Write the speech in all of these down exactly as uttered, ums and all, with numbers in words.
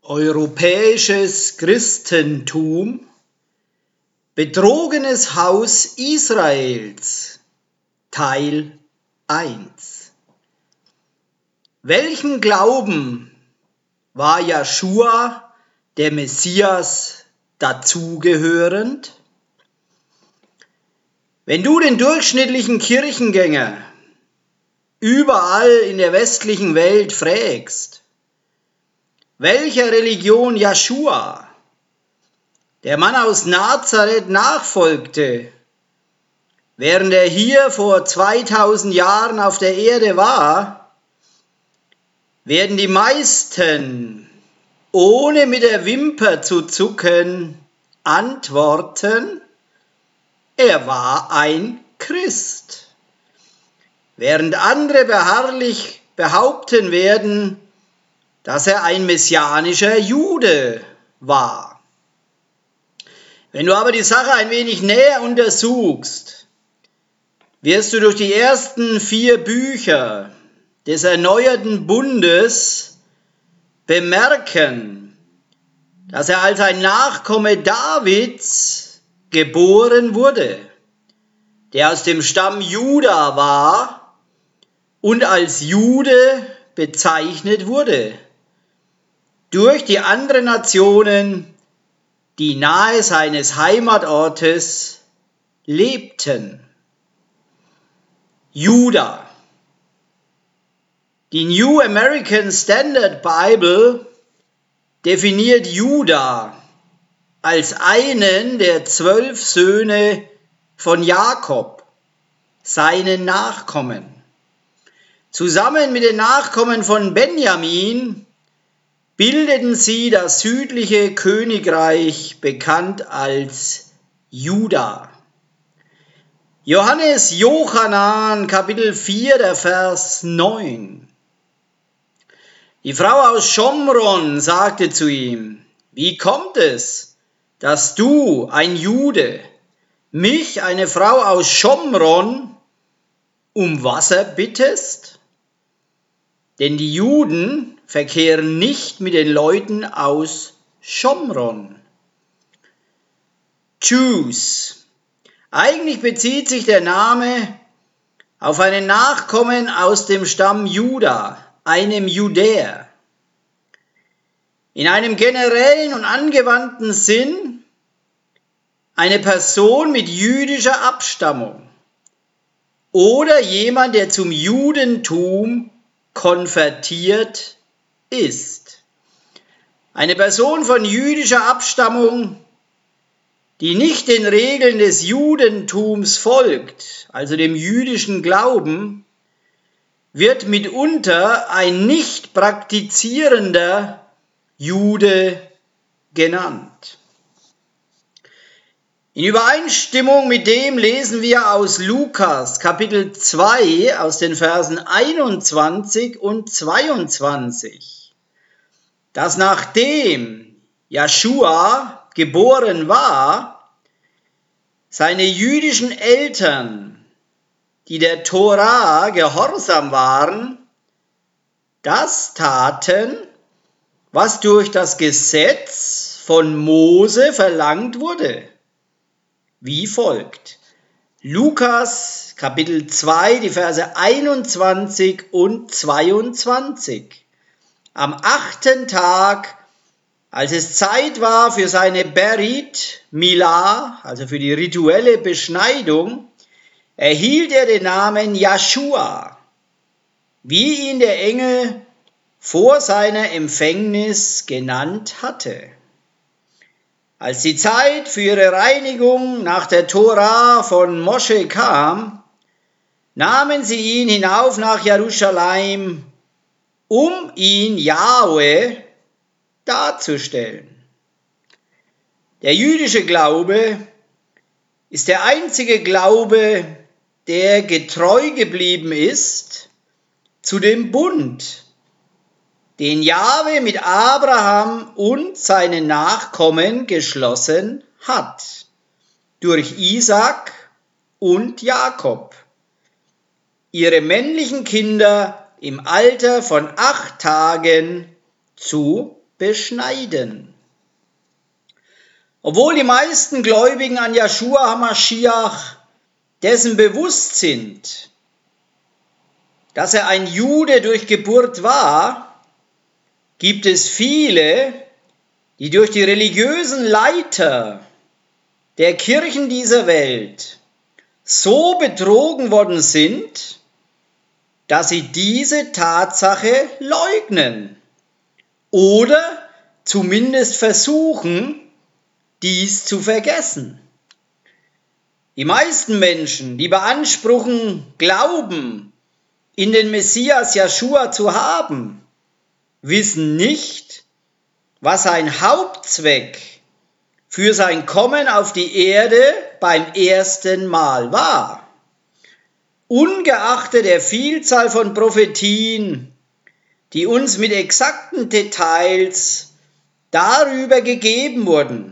Europäisches Christentum, betrogenes Haus Israels, Teil eins. Welchem Glauben war Jeschua, der Messias, dazugehörend? Wenn du den durchschnittlichen Kirchengänger überall in der westlichen Welt fragst, welcher Religion Jeschua, der Mann aus Nazareth, nachfolgte, während er hier vor zweitausend Jahren auf der Erde war, werden die meisten, ohne mit der Wimper zu zucken, antworten: Er war ein Christ. Während andere beharrlich behaupten werden, dass er ein messianischer Jude war. Wenn du aber die Sache ein wenig näher untersuchst, wirst du durch die ersten vier Bücher des erneuerten Bundes bemerken, dass er als ein Nachkomme Davids geboren wurde, der aus dem Stamm Juda war und als Jude bezeichnet wurde durch die anderen Nationen, die nahe seines Heimatortes lebten. Juda. Die New American Standard Bible definiert Juda als einen der zwölf Söhne von Jakob, seinen Nachkommen. Zusammen mit den Nachkommen von Benjamin bildeten sie das südliche Königreich, bekannt als Juda. Johannes Johannan, Kapitel vier, der Vers neun. Die Frau aus Schomron sagte zu ihm: Wie kommt es, dass du, ein Jude, mich, eine Frau aus Schomron, um Wasser bittest? Denn die Juden verkehren nicht mit den Leuten aus Schomron. Jews. Eigentlich bezieht sich der Name auf einen Nachkommen aus dem Stamm Juda, einem Judäer. In einem generellen und angewandten Sinn eine Person mit jüdischer Abstammung oder jemand, der zum Judentum konvertiert ist. Eine Person von jüdischer Abstammung, die nicht den Regeln des Judentums folgt, also dem jüdischen Glauben, wird mitunter ein nicht praktizierender Jude genannt. In Übereinstimmung mit dem lesen wir aus Lukas Kapitel zwei aus den Versen einundzwanzig und zweiundzwanzig, dass nachdem Jeschua geboren war, seine jüdischen Eltern, die der Tora gehorsam waren, das taten, was durch das Gesetz von Mose verlangt wurde, wie folgt. Lukas Kapitel zwei, die Verse einundzwanzig und zweiundzwanzig. Am achten Tag, als es Zeit war für seine Berit Milah, also für die rituelle Beschneidung, erhielt er den Namen Jeschua, wie ihn der Engel vor seiner Empfängnis genannt hatte. Als die Zeit für ihre Reinigung nach der Tora von Mosche kam, nahmen sie ihn hinauf nach Jerusalem, um ihn Jahwe darzustellen. Der jüdische Glaube ist der einzige Glaube, der getreu geblieben ist zu dem Bund, den Jahwe mit Abraham und seinen Nachkommen geschlossen hat, durch Isaak und Jakob, ihre männlichen Kinder im Alter von acht Tagen zu beschneiden. Obwohl die meisten Gläubigen an Jeschua HaMaschiach dessen bewusst sind, dass er ein Jude durch Geburt war, gibt es viele, die durch die religiösen Leiter der Kirchen dieser Welt so betrogen worden sind, dass sie diese Tatsache leugnen oder zumindest versuchen, dies zu vergessen. Die meisten Menschen, die beanspruchen, Glauben in den Messias Jeschua zu haben, wissen nicht, was sein Hauptzweck für sein Kommen auf die Erde beim ersten Mal war. Ungeachtet der Vielzahl von Prophetien, die uns mit exakten Details darüber gegeben wurden,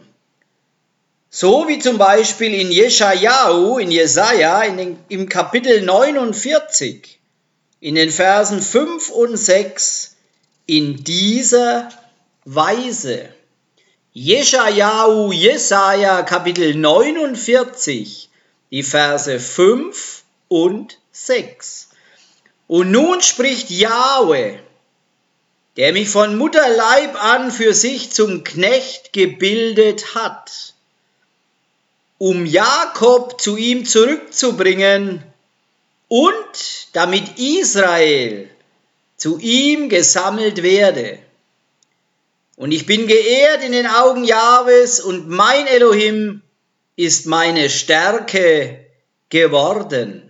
so wie zum Beispiel in Jeschajahu, in Jesaja, in den, im Kapitel neunundvierzig, in den Versen fünf und sechs, in dieser Weise. Jeschajahu, Jesaja, Kapitel neunundvierzig, die Verse fünf und sechs. Und nun spricht Jahwe, der mich von Mutterleib an für sich zum Knecht gebildet hat, um Jakob zu ihm zurückzubringen und damit Israel zu ihm gesammelt werde. Und ich bin geehrt in den Augen Jahwes und mein Elohim ist meine Stärke geworden.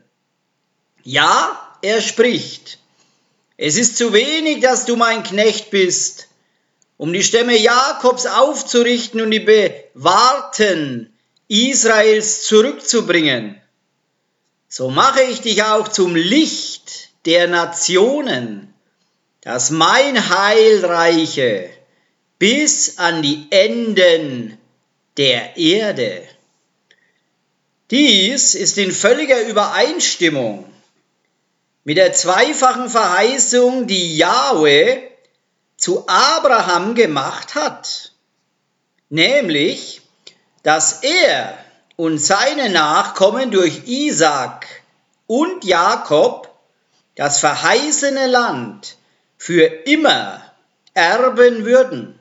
Ja, er spricht, es ist zu wenig, dass du mein Knecht bist, um die Stämme Jakobs aufzurichten und die Bewahrten Israels zurückzubringen. So mache ich dich auch zum Licht der Nationen, dass mein Heil reiche bis an die Enden der Erde. Dies ist in völliger Übereinstimmung mit der zweifachen Verheißung, die Jahwe zu Abraham gemacht hat, nämlich, dass er und seine Nachkommen durch Isaak und Jakob das verheißene Land für immer erben würden,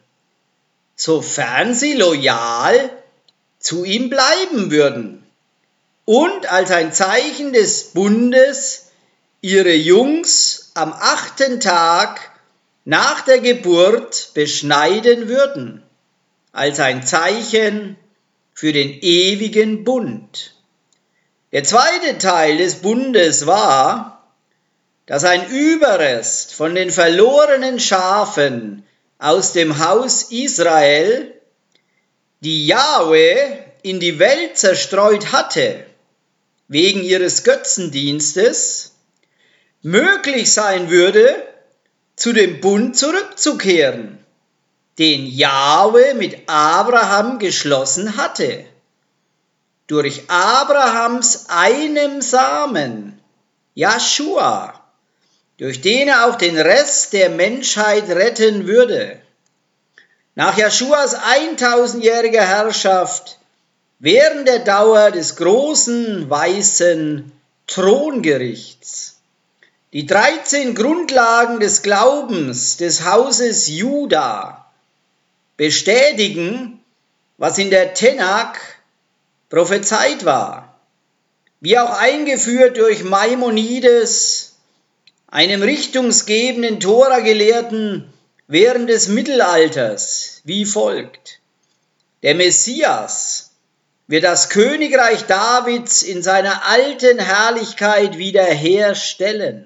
sofern sie loyal zu ihm bleiben würden und als ein Zeichen des Bundes ihre Jungs am achten Tag nach der Geburt beschneiden würden, als ein Zeichen für den ewigen Bund. Der zweite Teil des Bundes war, dass ein Überrest von den verlorenen Schafen aus dem Haus Israel, die Jahwe in die Welt zerstreut hatte, wegen ihres Götzendienstes, möglich sein würde, zu dem Bund zurückzukehren, den Jahwe mit Abraham geschlossen hatte. Durch Abrahams einem Samen, Jeschua, durch den er auch den Rest der Menschheit retten würde. Nach Jeschuas eintausendjähriger Herrschaft während der Dauer des großen weißen Throngerichts. Die dreizehn Grundlagen des Glaubens des Hauses Juda bestätigen, was in der Tenach prophezeit war, wie auch eingeführt durch Maimonides, einem richtungsgebenden Tora-Gelehrten während des Mittelalters, wie folgt. Der Messias wird das Königreich Davids in seiner alten Herrlichkeit wiederherstellen.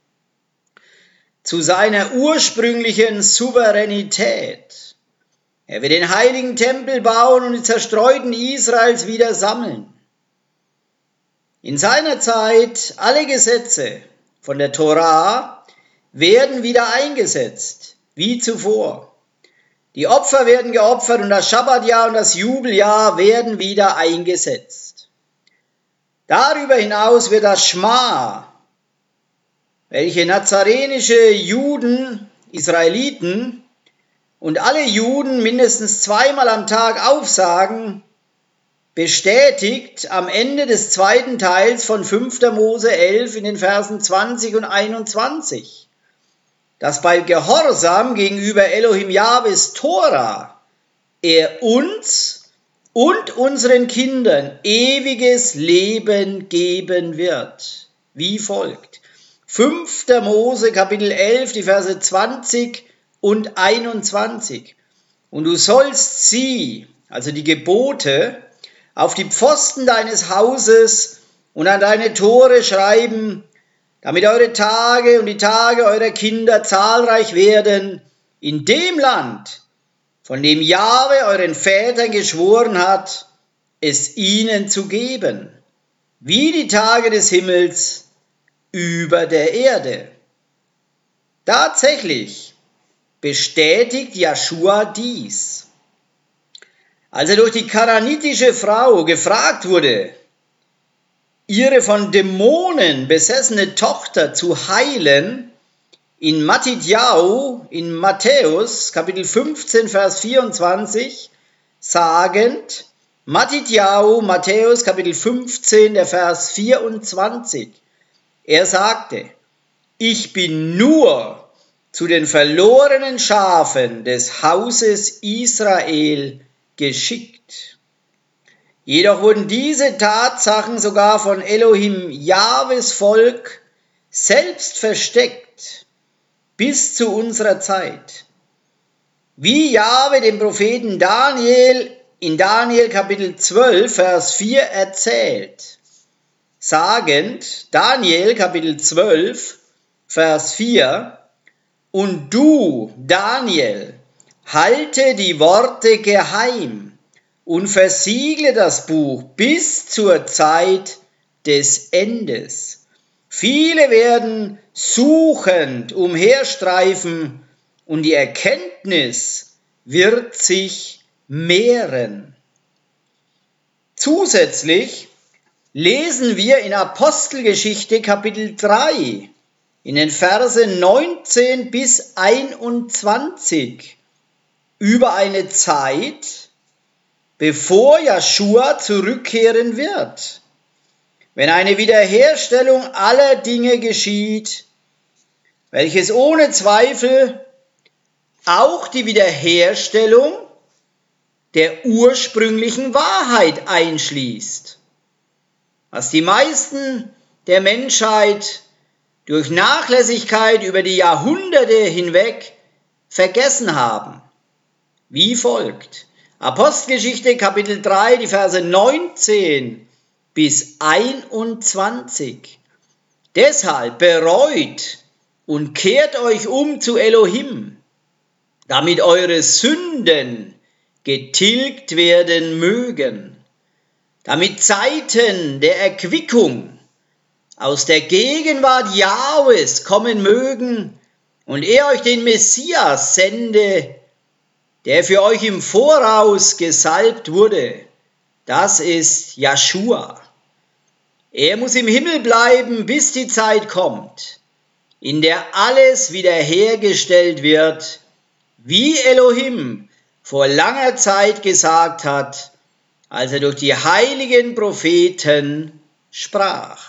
Zu seiner ursprünglichen Souveränität. Er wird den heiligen Tempel bauen und die Zerstreuten Israels wieder sammeln. In seiner Zeit alle Gesetze von der Tora werden wieder eingesetzt, wie zuvor. Die Opfer werden geopfert und das Schabbatjahr und das Jubeljahr werden wieder eingesetzt. Darüber hinaus wird das Schma, welche nazarenische Juden, Israeliten und alle Juden mindestens zweimal am Tag aufsagen, bestätigt am Ende des zweiten Teils von fünfter Mose elf in den Versen zwanzig und einundzwanzig, dass bei Gehorsam gegenüber Elohim Jahwes Tora er uns und unseren Kindern ewiges Leben geben wird, wie folgt. fünfter Mose Kapitel elf, die Verse zwanzig und einundzwanzig. Und du sollst sie, also die Gebote, auf die Pfosten deines Hauses und an deine Tore schreiben, damit eure Tage und die Tage eurer Kinder zahlreich werden in dem Land, von dem Jahwe euren Vätern geschworen hat, es ihnen zu geben, wie die Tage des Himmels über der Erde. Tatsächlich bestätigt Joschua dies. Als er durch die kananitische Frau gefragt wurde, ihre von Dämonen besessene Tochter zu heilen, in Mattityahu, in Matthäus, Kapitel fünfzehn, Vers vierundzwanzig, sagend, Mattityahu, Matthäus, Kapitel fünfzehn, der Vers vierundzwanzig. Er sagte, ich bin nur zu den verlorenen Schafen des Hauses Israel geschickt. Jedoch wurden diese Tatsachen sogar von Elohim Jahwes Volk selbst versteckt bis zu unserer Zeit. Wie Jahwe dem Propheten Daniel in Daniel Kapitel zwölf, Vers vier erzählt, sagend, Daniel Kapitel zwölf, Vers vier, und du, Daniel, halte die Worte geheim und versiegle das Buch bis zur Zeit des Endes. Viele werden suchend umherstreifen und die Erkenntnis wird sich mehren. Zusätzlich lesen wir in Apostelgeschichte Kapitel drei in den Verse neunzehn bis einundzwanzig über eine Zeit, bevor Joschua zurückkehren wird, wenn eine Wiederherstellung aller Dinge geschieht, welches ohne Zweifel auch die Wiederherstellung der ursprünglichen Wahrheit einschließt, was die meisten der Menschheit durch Nachlässigkeit über die Jahrhunderte hinweg vergessen haben. Wie folgt. Apostelgeschichte Kapitel drei, die Verse neunzehn bis einundzwanzig. Deshalb bereut und kehrt euch um zu Elohim, damit eure Sünden getilgt werden mögen, damit Zeiten der Erquickung aus der Gegenwart Jahwes kommen mögen und er euch den Messias sende, der für euch im Voraus gesalbt wurde. Das ist Joschua. Er muss im Himmel bleiben, bis die Zeit kommt, in der alles wiederhergestellt wird, wie Elohim vor langer Zeit gesagt hat, als er durch die heiligen Propheten sprach.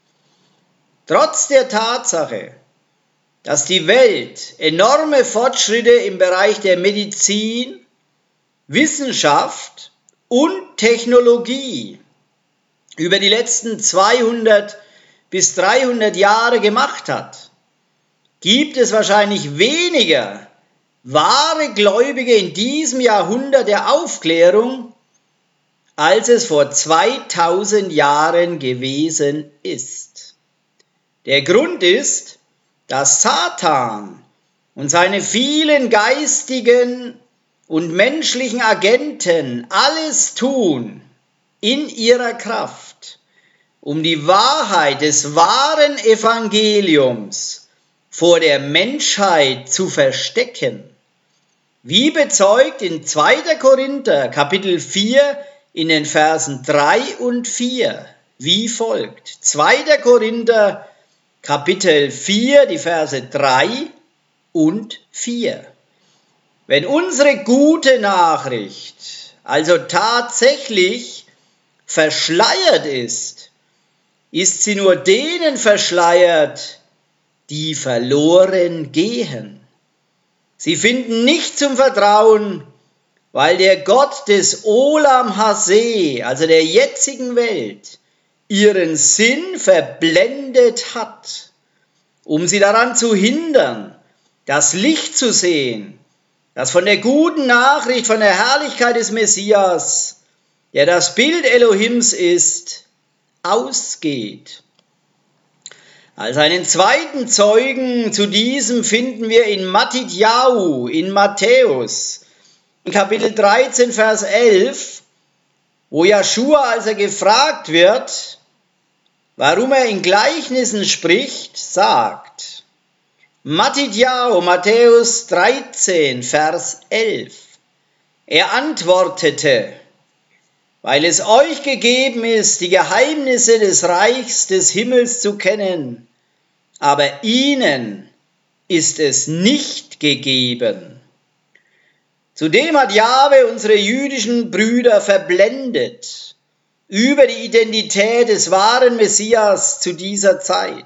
Trotz der Tatsache, dass die Welt enorme Fortschritte im Bereich der Medizin, Wissenschaft und Technologie über die letzten zweihundert bis dreihundert Jahre gemacht hat, gibt es wahrscheinlich weniger wahre Gläubige in diesem Jahrhundert der Aufklärung, als es vor zweitausend Jahren gewesen ist. Der Grund ist, dass Satan und seine vielen geistigen und menschlichen Agenten alles tun in ihrer Kraft, um die Wahrheit des wahren Evangeliums vor der Menschheit zu verstecken. Wie bezeugt in zweiter Korinther Kapitel vier in den Versen drei und vier, wie folgt. zweiter Korinther Kapitel vier, die Verse drei und vier. Wenn unsere gute Nachricht also tatsächlich verschleiert ist, ist sie nur denen verschleiert, die verloren gehen. Sie finden nicht zum Vertrauen, weil der Gott des Olam Haseh, also der jetzigen Welt, ihren Sinn verblendet hat, um sie daran zu hindern, das Licht zu sehen, das von der guten Nachricht, von der Herrlichkeit des Messias, der das Bild Elohims ist, ausgeht. Als einen zweiten Zeugen zu diesem finden wir in Mattityahu, in Matthäus, in Kapitel dreizehn, Vers elf, wo Jeschua, als er gefragt wird, warum er in Gleichnissen spricht, sagt, Mattityahu, Matthäus dreizehn, Vers elf, er antwortete, weil es euch gegeben ist, die Geheimnisse des Reichs des Himmels zu kennen, aber ihnen ist es nicht gegeben. Zudem hat Jahwe unsere jüdischen Brüder verblendet über die Identität des wahren Messias zu dieser Zeit.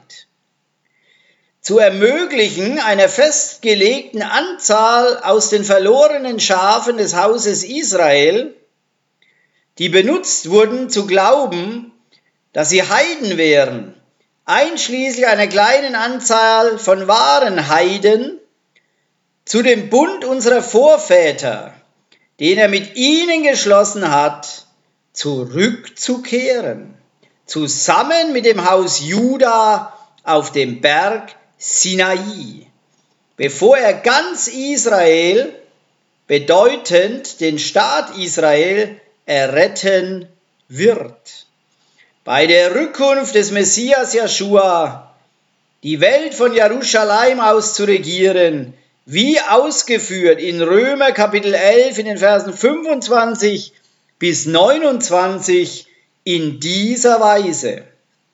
Zu ermöglichen, einer festgelegten Anzahl aus den verlorenen Schafen des Hauses Israel, die benutzt wurden, zu glauben, dass sie Heiden wären, einschließlich einer kleinen Anzahl von wahren Heiden, zu dem Bund unserer Vorväter, den er mit ihnen geschlossen hat, zurückzukehren, zusammen mit dem Haus Juda auf dem Berg Sinai, bevor er ganz Israel, bedeutend den Staat Israel, erretten wird. Bei der Rückkunft des Messias Jeschua, die Welt von Jerusalem aus zu regieren, wie ausgeführt in Römer Kapitel elf in den Versen fünfundzwanzig bis neunundzwanzig in dieser Weise.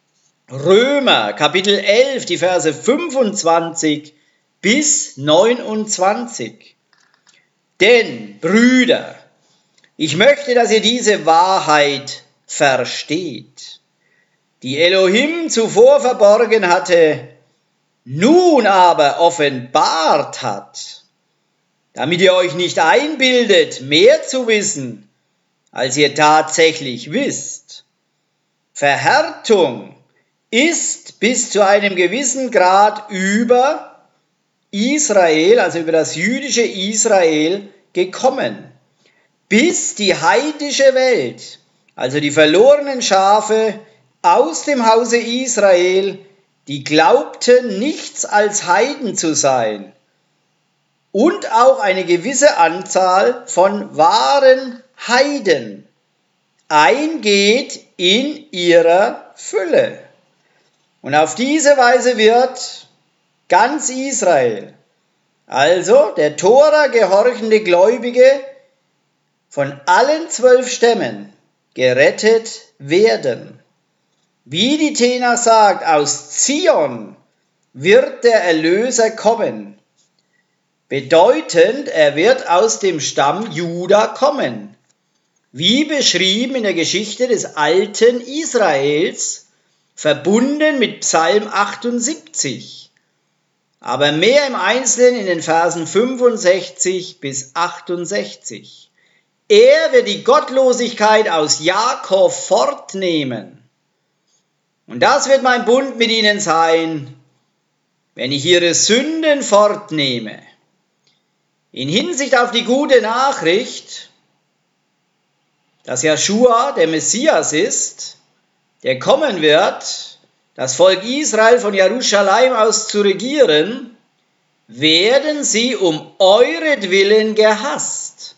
Römer Kapitel elf, die Verse fünfundzwanzig bis neunundzwanzig. Denn, Brüder, ich möchte, dass ihr diese Wahrheit versteht, die Elohim zuvor verborgen hatte, nun aber offenbart hat, damit ihr euch nicht einbildet, mehr zu wissen, als ihr tatsächlich wisst. Verhärtung ist bis zu einem gewissen Grad über Israel, also über das jüdische Israel, gekommen, bis die heidnische Welt, also die verlorenen Schafe aus dem Hause Israel, die glaubten, nichts als Heiden zu sein, und auch eine gewisse Anzahl von wahren Heiden eingeht in ihrer Fülle. Und auf diese Weise wird ganz Israel, also der Tora gehorchende Gläubige, von allen zwölf Stämmen gerettet werden. Wie die Tena sagt, aus Zion wird der Erlöser kommen. Bedeutend, er wird aus dem Stamm Juda kommen. Wie beschrieben in der Geschichte des alten Israels, verbunden mit Psalm achtundsiebzig. Aber mehr im Einzelnen in den Versen fünfundsechzig bis achtundsechzig. Er wird die Gottlosigkeit aus Jakob fortnehmen. Und das wird mein Bund mit ihnen sein, wenn ich ihre Sünden fortnehme. In Hinsicht auf die gute Nachricht, dass Jeschua der Messias ist, der kommen wird, das Volk Israel von Jerusalem aus zu regieren, werden sie um euretwillen gehasst.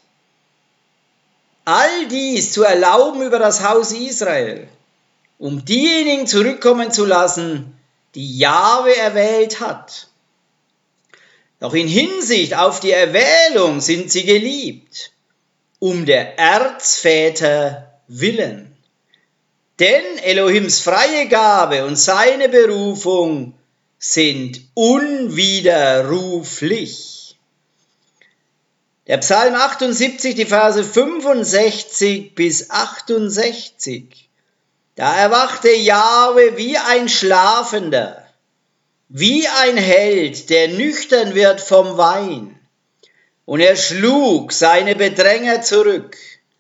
All dies zu erlauben über das Haus Israel, um diejenigen zurückkommen zu lassen, die Jahwe erwählt hat. Doch in Hinsicht auf die Erwählung sind sie geliebt, um der Erzväter willen. Denn Elohims freie Gabe und seine Berufung sind unwiderruflich. Der Psalm achtundsiebzig, die Verse fünfundsechzig bis achtundsechzig. Da erwachte Jahwe wie ein Schlafender, wie ein Held, der nüchtern wird vom Wein. Und er schlug seine Bedränger zurück.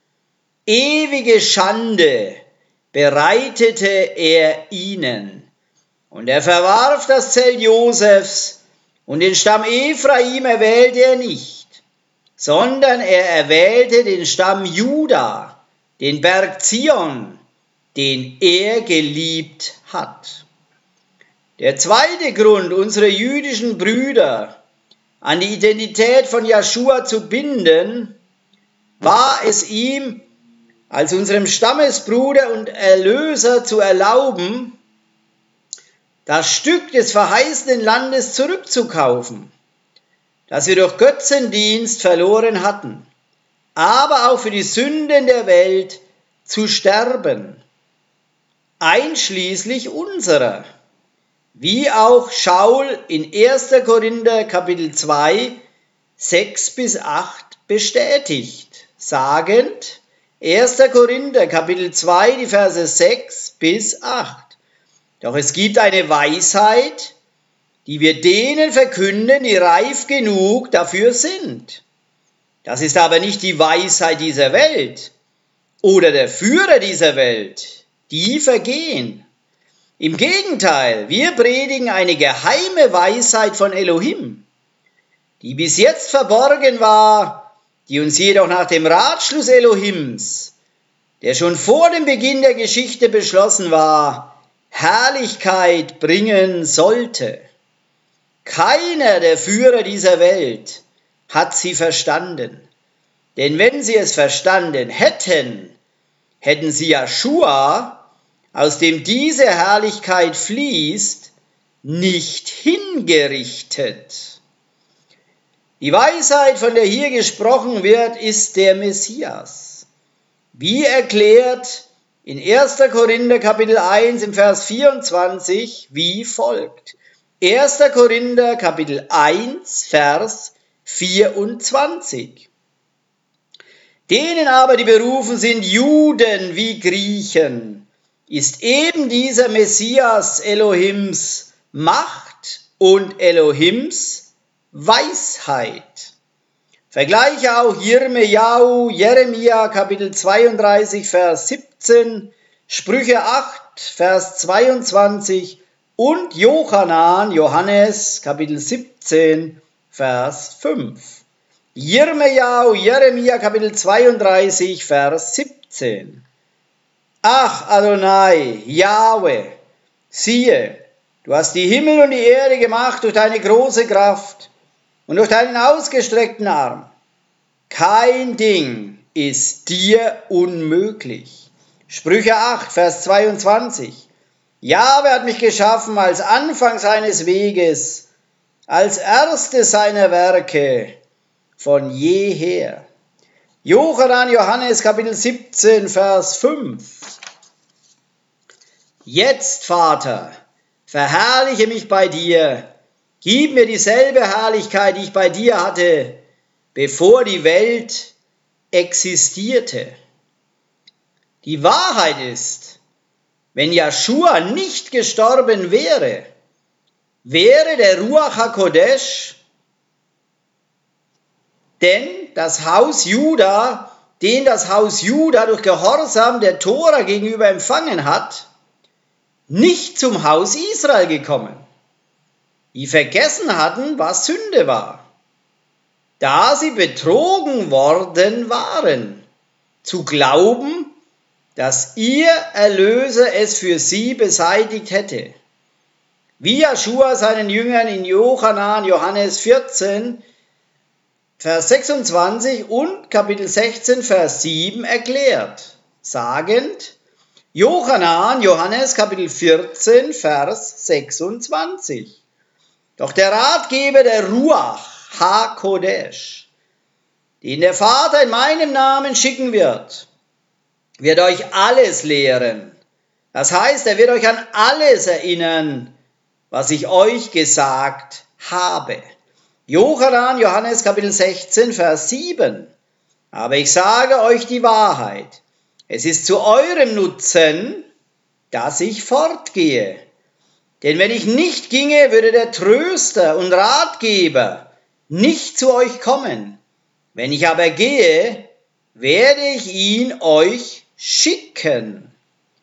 Ewige Schande bereitete er ihnen. Und er verwarf das Zelt Josefs, und den Stamm Ephraim erwählte er nicht, sondern er erwählte den Stamm Juda, den Berg Zion, den er geliebt hat. Der zweite Grund, unsere jüdischen Brüder an die Identität von Jeschua zu binden, war es ihm, als unserem Stammesbruder und Erlöser zu erlauben, das Stück des verheißenen Landes zurückzukaufen, das wir durch Götzendienst verloren hatten, aber auch für die Sünden der Welt zu sterben, einschließlich unserer, wie auch Schaul in erster Korinther Kapitel zwei, sechs bis acht bestätigt, sagend, erster Korinther Kapitel zwei, die Verse sechs bis acht. Doch es gibt eine Weisheit, die wir denen verkünden, die reif genug dafür sind. Das ist aber nicht die Weisheit dieser Welt oder der Führer dieser Welt, die vergehen. Im Gegenteil, wir predigen eine geheime Weisheit von Elohim, die bis jetzt verborgen war, die uns jedoch nach dem Ratschluss Elohims, der schon vor dem Beginn der Geschichte beschlossen war, Herrlichkeit bringen sollte. Keiner der Führer dieser Welt hat sie verstanden. Denn wenn sie es verstanden hätten, hätten sie Jeschua, aus dem diese Herrlichkeit fließt, nicht hingerichtet. Die Weisheit, von der hier gesprochen wird, ist der Messias. Wie erklärt in erster Korinther Kapitel eins im Vers vierundzwanzig wie folgt. erster Korinther Kapitel eins Vers vierundzwanzig. Denen aber, die berufen sind, Juden wie Griechen, ist eben dieser Messias Elohims Macht und Elohims Weisheit. Vergleiche auch Jirmejahu, Jeremia Kapitel zweiunddreißig Vers siebzehn, Sprüche acht Vers zweiundzwanzig und Johannan, Johannes Kapitel siebzehn Vers fünf. Jirmejahu, Jeremia Kapitel zweiunddreißig Vers siebzehn. Ach Adonai, Jahwe, siehe, du hast die Himmel und die Erde gemacht durch deine große Kraft und durch deinen ausgestreckten Arm. Kein Ding ist dir unmöglich. Sprüche acht, Vers zweiundzwanzig. Jahwe hat mich geschaffen als Anfang seines Weges, als erste seiner Werke von jeher. Johannan, Johannes, Kapitel siebzehn, Vers fünf. Jetzt, Vater, verherrliche mich bei dir, gib mir dieselbe Herrlichkeit, die ich bei dir hatte, bevor die Welt existierte. Die Wahrheit ist, wenn Jeschua nicht gestorben wäre, wäre der Ruach HaKodesh, denn das Haus Juda, den das Haus Juda durch Gehorsam der Tora gegenüber empfangen hat, nicht zum Haus Israel gekommen, die vergessen hatten, was Sünde war, da sie betrogen worden waren, zu glauben, dass ihr Erlöser es für sie beseitigt hätte. Wie Jeschua seinen Jüngern in Johannan, Johannes vierzehn, Vers sechsundzwanzig und Kapitel sechzehn, Vers sieben erklärt, sagend, Johannan, Johannes Kapitel vierzehn, Vers sechsundzwanzig. Doch der Ratgeber, der Ruach HaKodesh, den der Vater in meinem Namen schicken wird, wird euch alles lehren. Das heißt, er wird euch an alles erinnern, was ich euch gesagt habe. Johannan, Johannes Kapitel sechzehn, Vers sieben. Aber ich sage euch die Wahrheit. Es ist zu eurem Nutzen, dass ich fortgehe. Denn wenn ich nicht ginge, würde der Tröster und Ratgeber nicht zu euch kommen. Wenn ich aber gehe, werde ich ihn euch schicken.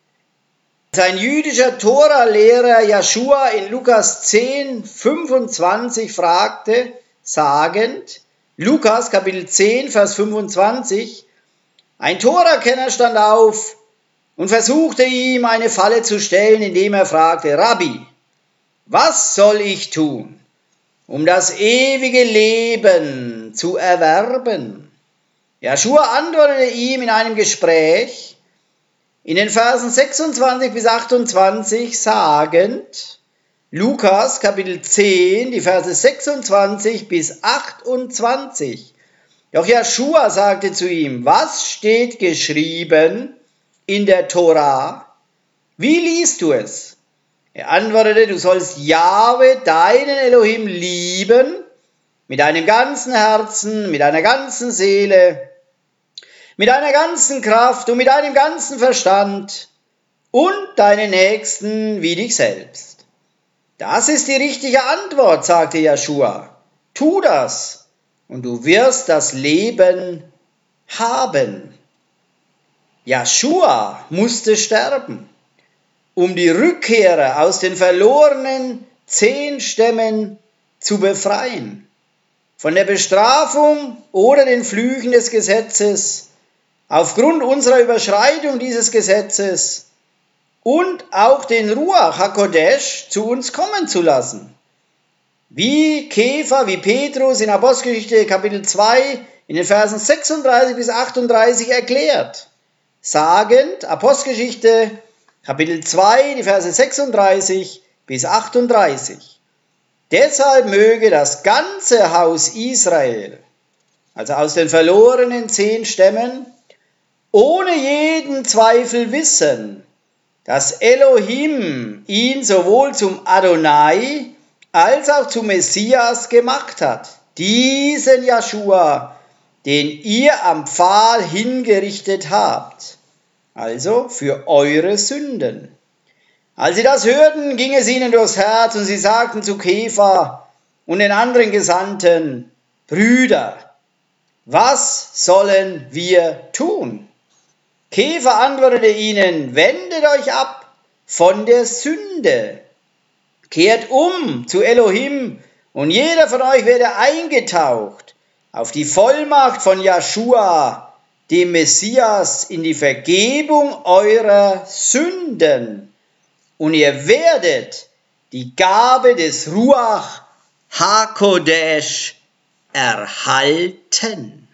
Sein jüdischer Tora-Lehrer Jeschua in Lukas zehn, fünfundzwanzig fragte, sagend, Lukas Kapitel zehn, Vers fünfundzwanzig, ein Tora-Kenner stand auf und versuchte ihm eine Falle zu stellen, indem er fragte, Rabbi, was soll ich tun, um das ewige Leben zu erwerben? Jeschua antwortete ihm in einem Gespräch, in den Versen sechsundzwanzig bis achtundzwanzig sagend, Lukas Kapitel zehn, die Verse sechsundzwanzig bis achtundzwanzig. Doch Jeschua sagte zu ihm, was steht geschrieben in der Tora? Wie liest du es? Er antwortete, du sollst Jahwe, deinen Elohim, lieben, mit deinem ganzen Herzen, mit deiner ganzen Seele, mit deiner ganzen Kraft und mit deinem ganzen Verstand und deinen Nächsten wie dich selbst. Das ist die richtige Antwort, sagte Jeschua. Tu das und du wirst das Leben haben. Jeschua musste sterben, um die Rückkehrer aus den verlorenen zehn Stämmen zu befreien. Von der Bestrafung oder den Flüchen des Gesetzes aufgrund unserer Überschreitung dieses Gesetzes und auch den Ruach HaKodesh zu uns kommen zu lassen. Wie Kefa, wie Petrus in Apostelgeschichte Kapitel zwei in den Versen sechsunddreißig bis achtunddreißig erklärt. Sagend, Apostelgeschichte Kapitel zwei, die Verse sechsunddreißig bis achtunddreißig. Deshalb möge das ganze Haus Israel, also aus den verlorenen zehn Stämmen, ohne jeden Zweifel wissen, dass Elohim ihn sowohl zum Adonai als auch zum Messias gemacht hat. Diesen Jeschua, den ihr am Pfahl hingerichtet habt, also für eure Sünden. Als sie das hörten, ging es ihnen durchs Herz und sie sagten zu Kefa und den anderen Gesandten, Brüder, was sollen wir tun? Kefa antwortete ihnen, wendet euch ab von der Sünde, kehrt um zu Elohim und jeder von euch werde eingetaucht auf die Vollmacht von Jeschua, dem Messias, in die Vergebung eurer Sünden. Und ihr werdet die Gabe des Ruach HaKodesh erhalten.